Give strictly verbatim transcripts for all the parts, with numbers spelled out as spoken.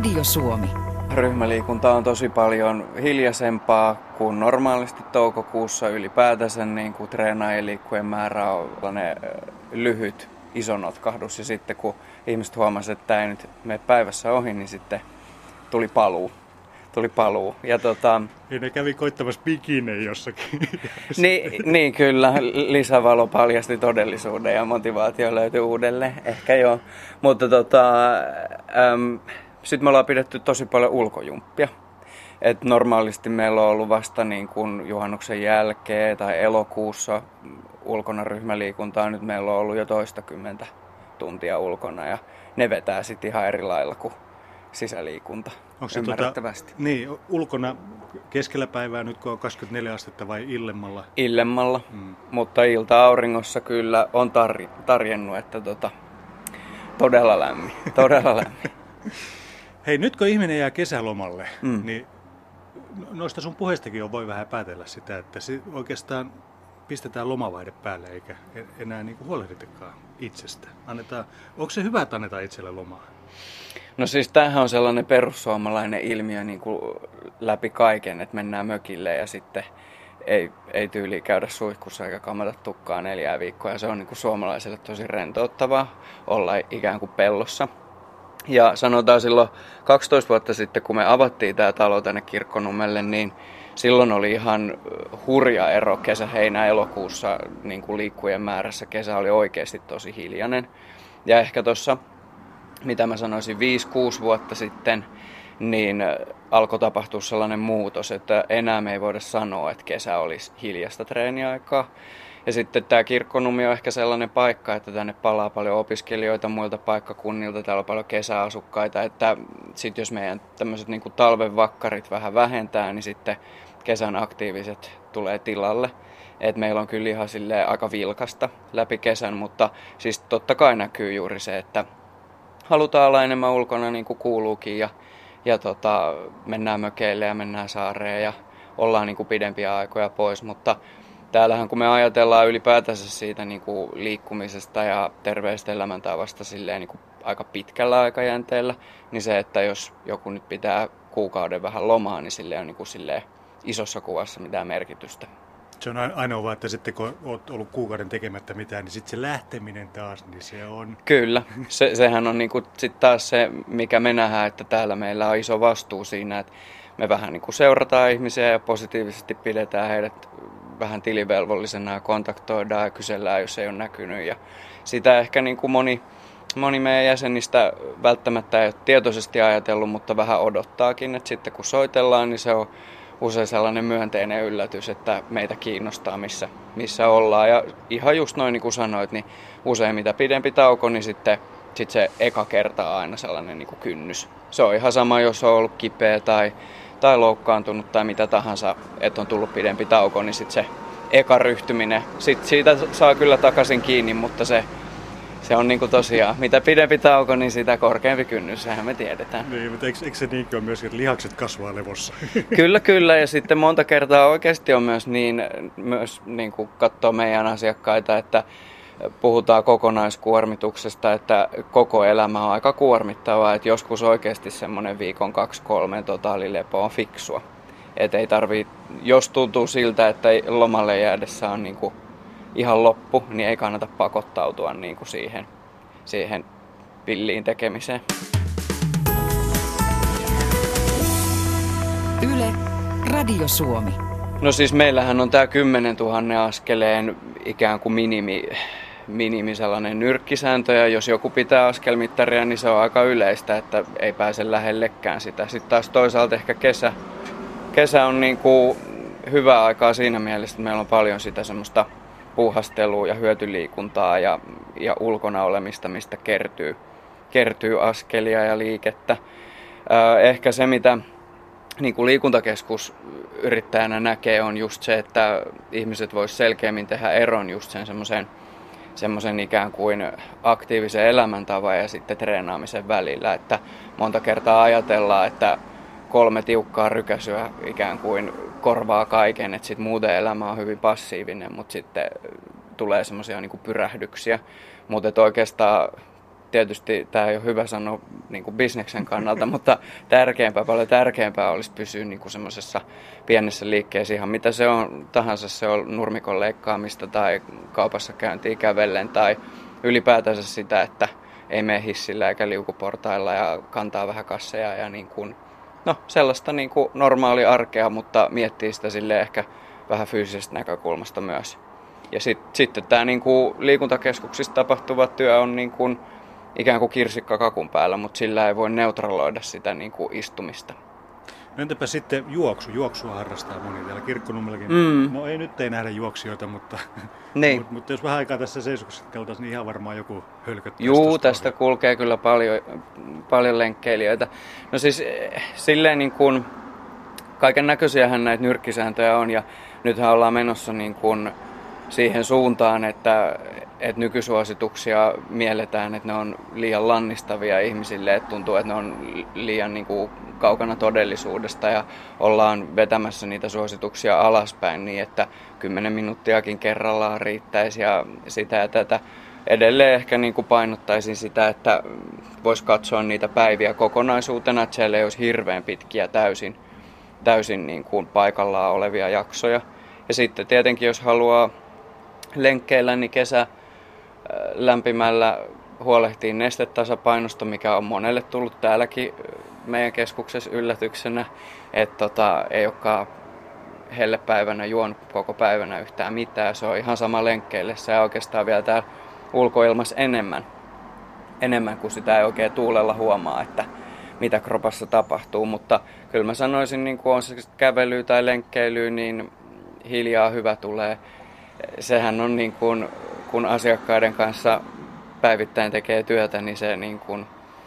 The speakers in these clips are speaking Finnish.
Radio Suomi. Ryhmäliikunta on tosi paljon hiljaisempaa kuin normaalisti toukokuussa ylipäätänsä, niin kuin treenaajien liikkujen määrä on lyhyt, iso notkahdus. Ja sitten kun ihmiset huomasivat, että tämä ei nyt mene päivässä ohi, niin sitten tuli paluu. Tuli paluu. Ja tota, ja ne kävi koittamassa bikineen jossakin. niin, niin kyllä, lisävalo paljasti todellisuuden ja motivaatio löytyi uudelleen, ehkä joo. Mutta tota, äm, sitten me ollaan pidetty tosi paljon ulkojumppia. Et normaalisti meillä on ollut vasta niin kuin juhannuksen jälkeen tai elokuussa ulkona ryhmäliikuntaa. Nyt meillä on ollut jo toistakymmentä tuntia ulkona ja ne vetää sitten ihan eri lailla kuin sisäliikunta. Onko se ymmärrettävästi. Tota, niin, ulkona keskellä päivää nyt kun on kaksikymmentäneljä astetta vai illemmalla? Illemmalla, hmm. mutta ilta-auringossa kyllä on tar- tarjennut, että tota, todella lämmin, todella lämmin. Hei, nyt kun ihminen jää kesälomalle, Mm. niin noista sun puheistakin on voi vähän päätellä sitä, että oikeastaan pistetään lomavaihde päälle eikä enää niin kuin huolehditakaan itsestä. Annetaan, onko se hyvä, että annetaan itselle lomaa? No siis tämähän on sellainen perussuomalainen ilmiö niin kuin läpi kaiken, että mennään mökille ja sitten ei, ei tyyliin käydä suihkussa eikä kamata tukkaa neljää viikkoa. Ja se on niin kuin suomalaiselle tosi rentouttavaa olla ikään kuin pellossa. Ja sanotaan silloin kaksitoista vuotta sitten, kun me avattiin tämä talo tänne Kirkkonummelle, niin silloin oli ihan hurja ero kesä, heinä, elokuussa niin kuin liikkujen määrässä. Kesä oli oikeasti tosi hiljainen. Ja ehkä tuossa, mitä mä sanoisin, viisi kuusi vuotta sitten, niin alkoi tapahtua sellainen muutos, että enää me ei voida sanoa, että kesä olisi hiljasta treeniaikaa. Ja sitten tämä Kirkkonummi on ehkä sellainen paikka, että tänne palaa paljon opiskelijoita muilta paikkakunnilta, täällä on paljon kesäasukkaita, että sitten jos meidän tämmöiset niin kuin talven vakkarit vähän vähentää, niin sitten kesän aktiiviset tulee tilalle. Et meillä on kyllä ihan silleen aika vilkasta läpi kesän, mutta siis totta kai näkyy juuri se, että halutaan olla enemmän ulkona niin kuin kuuluukin ja, ja tota, mennään mökeille ja mennään saareen ja ollaan niin kuin pidempiä aikoja pois, mutta täällähän kun me ajatellaan ylipäätänsä siitä niin kuin liikkumisesta ja terveestä elämäntavasta silleen niin kuin aika pitkällä aikajänteellä, niin se, että jos joku nyt pitää kuukauden vähän lomaa, niin sille on niin kuin silleen isossa kuvassa mitään merkitystä. Se on ainoa vaan, että sitten kun olet ollut kuukauden tekemättä mitään, niin sitten se lähteminen taas, niin se on... Kyllä. Se, sehän on niinku sit taas se, mikä me nähdään, että täällä meillä on iso vastuu siinä, että me vähän niinku seurataan ihmisiä ja positiivisesti pidetään heidät vähän tilivelvollisena ja kontaktoidaan ja kysellään, jos ei ole näkynyt. Ja sitä ehkä niinku moni, moni meidän jäsenistä välttämättä ei ole tietoisesti ajatellut, mutta vähän odottaakin, että sitten kun soitellaan, niin se on usein sellainen myönteinen yllätys, että meitä kiinnostaa, missä, missä ollaan. Ja ihan just noin niin kuin sanoit, niin usein mitä pidempi tauko, niin sitten sit se eka kerta on aina sellainen niin kuin kynnys. Se on ihan sama, jos on ollut kipeä tai, tai loukkaantunut tai mitä tahansa, että on tullut pidempi tauko, niin sitten se eka ryhtyminen, sit siitä saa kyllä takaisin kiinni, mutta se Se on niinku tosiaan, mitä pidempi tauko, niin sitä korkeampi kynnys, sehän me tiedetään. Niin, mutta eikö, eikö se niinkö ole myös, että lihakset kasvaa levossa? Kyllä, kyllä. Ja sitten monta kertaa oikeasti on myös niin, myös niin kuin katsoo meidän asiakkaita, että puhutaan kokonaiskuormituksesta, että koko elämä on aika kuormittavaa. Että joskus oikeasti semmoinen viikon kaksi kolme totaalilepo on fiksua. Että ei tarvii, jos tuntuu siltä, että lomalle jäädessä on niin kuin ihan loppu, niin ei kannata pakottautua niin kuin siihen, siihen pilliin tekemiseen. Yle, Radio Suomi. No siis meillähän on tämä kymmenen tuhatta askeleen ikään kuin minimi, minimi sellainen nyrkkisääntö, ja jos joku pitää askelmittaria, niin se on aika yleistä, että ei pääse lähellekään sitä. Sitten taas toisaalta ehkä kesä, kesä on niin kuin hyvä aikaa siinä mielessä, että meillä on paljon sitä semmoista puuhastelua ja hyötyliikuntaa ja, ja ulkona olemista, mistä kertyy, kertyy askelia ja liikettä. Ehkä se, mitä niin kuin liikuntakeskus yrittäjänä näkee, on just se, että ihmiset vois selkeämmin tehdä eron just sen semmoisen semmoisen ikään kuin aktiivisen elämäntavan ja sitten treenaamisen välillä. Että monta kertaa ajatellaan, että kolme tiukkaa rykäsyä ikään kuin korvaa kaiken, että sitten muuten elämä on hyvin passiivinen, mutta sitten tulee semmoisia niinku pyrähdyksiä. Mutta oikeastaan tietysti tämä ei ole hyvä sanoa niin kuin bisneksen kannalta, mutta tärkeämpää, paljon tärkeämpää olisi pysyä niin kuin semmoisessa pienessä liikkeessä ihan mitä se on tahansa, se on nurmikon leikkaamista tai kaupassa käyntiä kävellen tai ylipäätänsä sitä, että ei mene hissillä eikä liukuportailla ja kantaa vähän kasseja ja niin kuin, no sellaista niin kuin normaalia arkea, mutta miettii sitä sille ehkä vähän fyysisestä näkökulmasta myös. Ja sit, sitten tämä niin kuin liikuntakeskuksissa tapahtuva työ on niin kuin ikään kuin kirsikka kakun päällä, mutta sillä ei voi neutraloida sitä niin kuin istumista. No entäpä sitten juoksu? Juoksua harrastaa moni täällä Kirkkonummellakin. Mm. No ei nyt ei nähdä juoksijoita, mutta, niin. mutta, mutta jos vähän aikaa tässä seisokseltaisiin, niin ihan varmaan joku hölköttäisi. Juu, tästä ohi. Kulkee kyllä paljon, paljon lenkkeilijöitä. No siis silleen niin kuin kaiken näköisiähän näitä nyrkkisääntöjä on ja nythän ollaan menossa niin kuin siihen suuntaan, että, että nykysuosituksia mielletään, että ne on liian lannistavia ihmisille, että tuntuu, että ne on liian niin kuin kaukana todellisuudesta ja ollaan vetämässä niitä suosituksia alaspäin niin, että kymmenen minuuttiakin kerrallaan riittäisi ja sitä ja tätä. Edelleen ehkä niin kuin painottaisin sitä, että voisi katsoa niitä päiviä kokonaisuutena, että siellä ei olisi hirveän pitkiä täysin, täysin niin kuin paikallaan olevia jaksoja. Ja sitten tietenkin, jos haluaa lenkkeillä, niin kesä lämpimällä huolehtii nestetasapainosta, mikä on monelle tullut täälläkin meidän keskuksessa yllätyksenä, että tota, ei olekaan hellepäivänä juonut koko päivänä yhtään mitään. Se on ihan sama lenkkeille. Se oikeastaan vielä täällä ulkoilmassa enemmän, enemmän kuin sitä ei oikein tuulella huomaa, että mitä kropassa tapahtuu. Mutta kyllä mä sanoisin, niin kun on se kävely tai lenkkeily, niin hiljaa hyvä tulee. Sehän on niin kuin, kun asiakkaiden kanssa päivittäin tekee työtä, niin se niin kuin,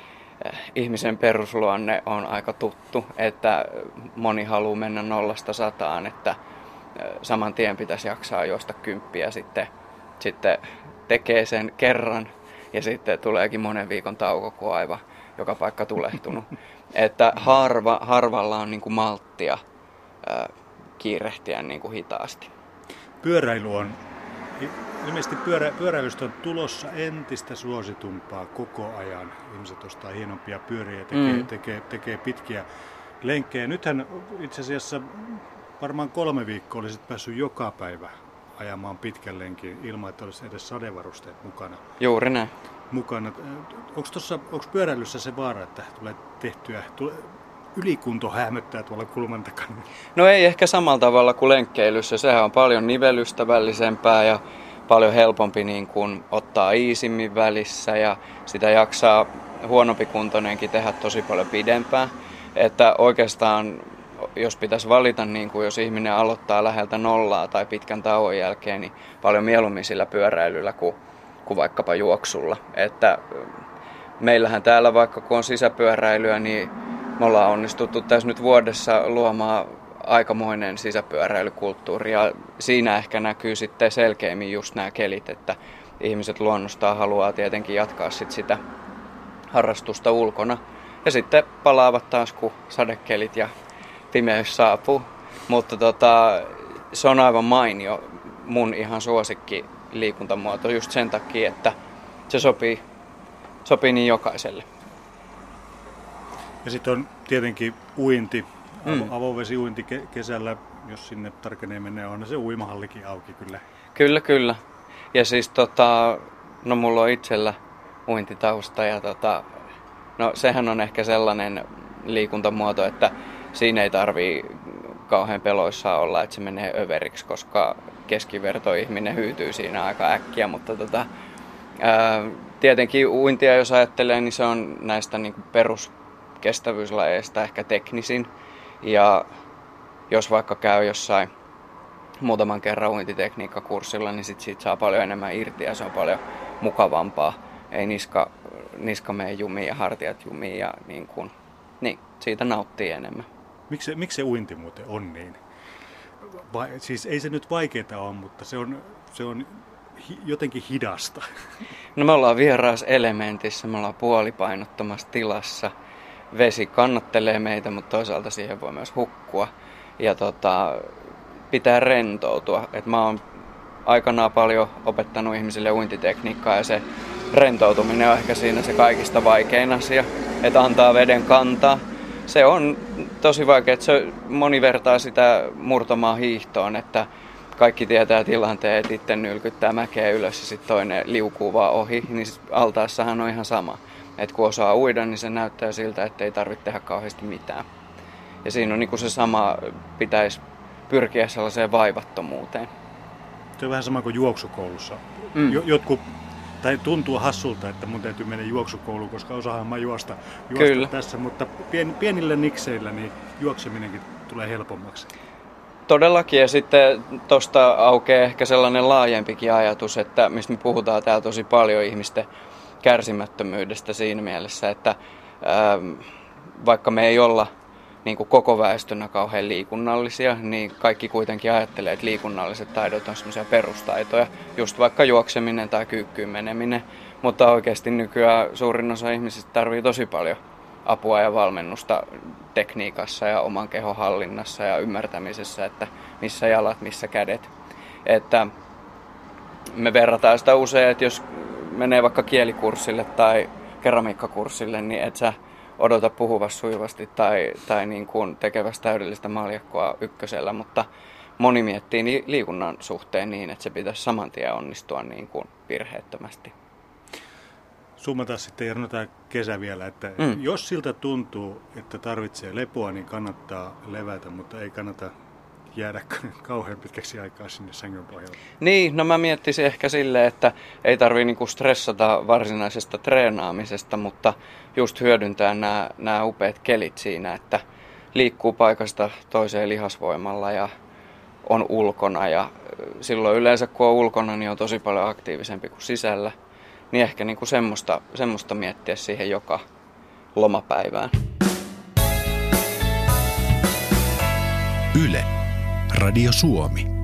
ihmisen perusluonne on aika tuttu, että moni haluaa mennä nollasta sataan, että saman tien pitäisi jaksaa juosta kymppiä, sitten, sitten tekee sen kerran ja sitten tuleekin monen viikon tauko, kun aivan joka paikka tulehtunut. Että harva, harvalla on niin kuin malttia ää, kiirehtiä niin kuin hitaasti. Pyöräily on, ilmeisesti pyörä, pyöräilystä on tulossa entistä suositumpaa koko ajan. Ihmiset ostaa hienompia pyöriä ja tekee, mm. tekee, tekee pitkiä lenkkejä. Nythän itse asiassa varmaan kolme viikkoa olisit päässyt joka päivä ajamaan pitkän lenkin ilman, että olisi edes sadevarusteet mukana. Juuri näin. Mukana. Onko pyöräilyssä se vaara, että tulee tehtyä, tulee, ylikunto hämöttää tuolla kulman takana? No ei ehkä samalla tavalla kuin lenkkeilyssä. Sehän on paljon nivelystävällisempää ja paljon helpompi niin kuin ottaa iisimmin välissä ja sitä jaksaa huonompikuntoinenkin tehdä tosi paljon pidempään. Että oikeastaan jos pitäisi valita, niin kuin jos ihminen aloittaa läheltä nollaa tai pitkän tauon jälkeen, niin paljon mieluummin sillä pyöräilyllä kuin, kuin vaikkapa juoksulla. Että meillähän täällä vaikka kun on sisäpyöräilyä, niin me ollaan onnistuttu tässä nyt vuodessa luomaan aikamoinen sisäpyöräilykulttuuri ja siinä ehkä näkyy sitten selkeämmin just nämä kelit, että ihmiset luonnostaan haluaa tietenkin jatkaa sit sitä harrastusta ulkona ja sitten palaavat taas kun sadekelit ja pimeys saapuu, mutta tota, se on aivan mainio mun ihan suosikki liikuntamuoto just sen takia, että se sopii, sopii niin jokaiselle. Ja sitten on tietenkin uinti, Mm. avovesiuinti ke- kesällä, jos sinne tarkenee menee, on se uimahallikin auki kyllä. Kyllä, kyllä. Ja siis tota, no mulla on itsellä uintitausta ja tota, no sehän on ehkä sellainen liikuntamuoto, että siinä ei tarvii kauhean peloissaan olla, että se menee överiksi, koska keskivertoihminen hyytyy siinä aika äkkiä, mutta tota, ää, tietenkin uintia jos ajattelee, niin se on näistä niin kuin peruskestävyyslajeista ehkä teknisin. Ja jos vaikka käy jossain muutaman kerran uintitekniikkakurssilla, niin sit siitä saa paljon enemmän irti ja se on paljon mukavampaa. Ei niska, niska mene jumiin ja hartiat jumiin ja niin kuin, niin, siitä nauttii enemmän. Miksi, miksi se uinti muuten on niin? Va, siis ei se nyt vaikeaa ole, mutta se on, se on hi, jotenkin hidasta. No me ollaan vieraassa elementissä, me ollaan puolipainottomassa tilassa. Vesi kannattelee meitä, mutta toisaalta siihen voi myös hukkua. Ja tota, pitää rentoutua. Et mä oon aikanaan paljon opettanut ihmisille uintitekniikkaa ja se rentoutuminen on ehkä siinä se kaikista vaikein asia, että antaa veden kantaa. Se on tosi vaikea, että se moni vertaa sitä murtomaan hiihtoon, että kaikki tietää tilanteen, että itse nylkyttää mäkeä ylös ja sitten toinen liukuu vaan ohi, niin altaassahan on ihan sama. Että kun osaa uida, niin se näyttää siltä, että ei tarvitse tehdä kauheasti mitään. Ja siinä on niin kuin se sama, pitäisi pyrkiä sellaiseen vaivattomuuteen. Se on vähän sama kuin juoksukoulussa. Mm. Jotkut, tai tuntuu hassulta, että mun täytyy mennä juoksukouluun, koska osaahan mä juosta, juosta Kyllä. tässä, mutta pien, pienillä nikseillä niin juokseminenkin tulee helpommaksi. Todellakin, ja sitten tuosta aukeaa ehkä sellainen laajempikin ajatus, että mistä me puhutaan täällä tosi paljon ihmisten kärsimättömyydestä siinä mielessä, että ää, vaikka me ei olla niin kuin koko väestönä kauhean liikunnallisia, niin kaikki kuitenkin ajattelee, että liikunnalliset taidot on semmoisia perustaitoja, just vaikka juokseminen tai kyykkyyn meneminen, mutta oikeasti nykyään suurin osa ihmisistä tarvitsee tosi paljon apua ja valmennusta tekniikassa ja oman kehon hallinnassa ja ymmärtämisessä, että missä jalat, missä kädet. Että me verrataan sitä usein, että jos menee vaikka kielikurssille tai keramiikkakurssille, niin et sä odota puhuvassa sujuvasti tai, tai niin kuin tekevässä täydellistä maljakkoa ykkösellä, mutta moni miettii liikunnan suhteen niin, että se pitäisi saman tien onnistua niin kuin virheettömästi. Summataan sitten Jarno tämä kesä vielä, että Mm. jos siltä tuntuu, että tarvitsee lepoa, niin kannattaa levätä, mutta ei kannata jäädä kauhean pitkäksi aikaa sinne sängyn pohjalle. Niin, no mä miettisin ehkä silleen, että ei tarvii niinku stressata varsinaisesta treenaamisesta, mutta just hyödyntää nämä, nämä upeat kelit siinä, että liikkuu paikasta toiseen lihasvoimalla ja on ulkona. Ja silloin yleensä kun on ulkona, niin on tosi paljon aktiivisempi kuin sisällä. Niin ehkä niinku semmoista, semmoista miettiä siihen joka lomapäivään. Yle, Radio Suomi.